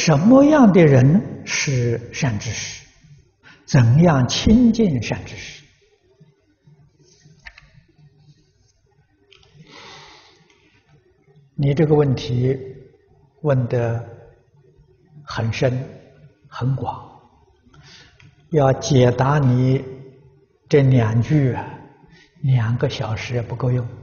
什么样的人是善知识？怎样亲近善知识？你这个问题问得很深很广，要解答你这2句啊，2个小时也不够用。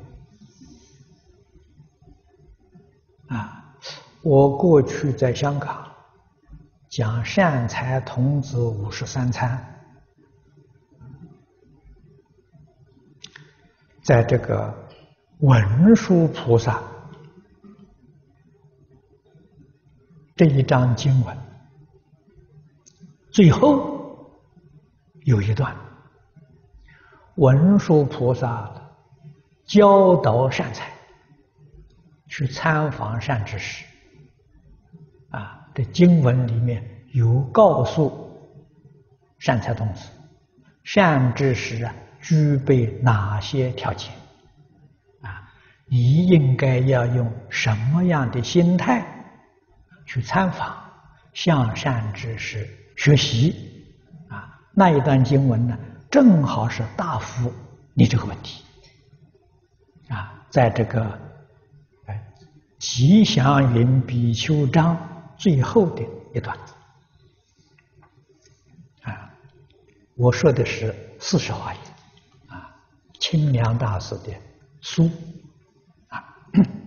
我过去在香港讲善财童子53参，在这个文殊菩萨这一章经文最后有一段，文殊菩萨教导善财去参访善知识。这经文里面有告诉善财童子，善知识具备哪些条件？你应该要用什么样的心态去参访，向善知识学习？那一段经文呢，正好是答复你这个问题。在这个吉祥云比丘章最后的一段，我说的是40华严，清凉大师的书，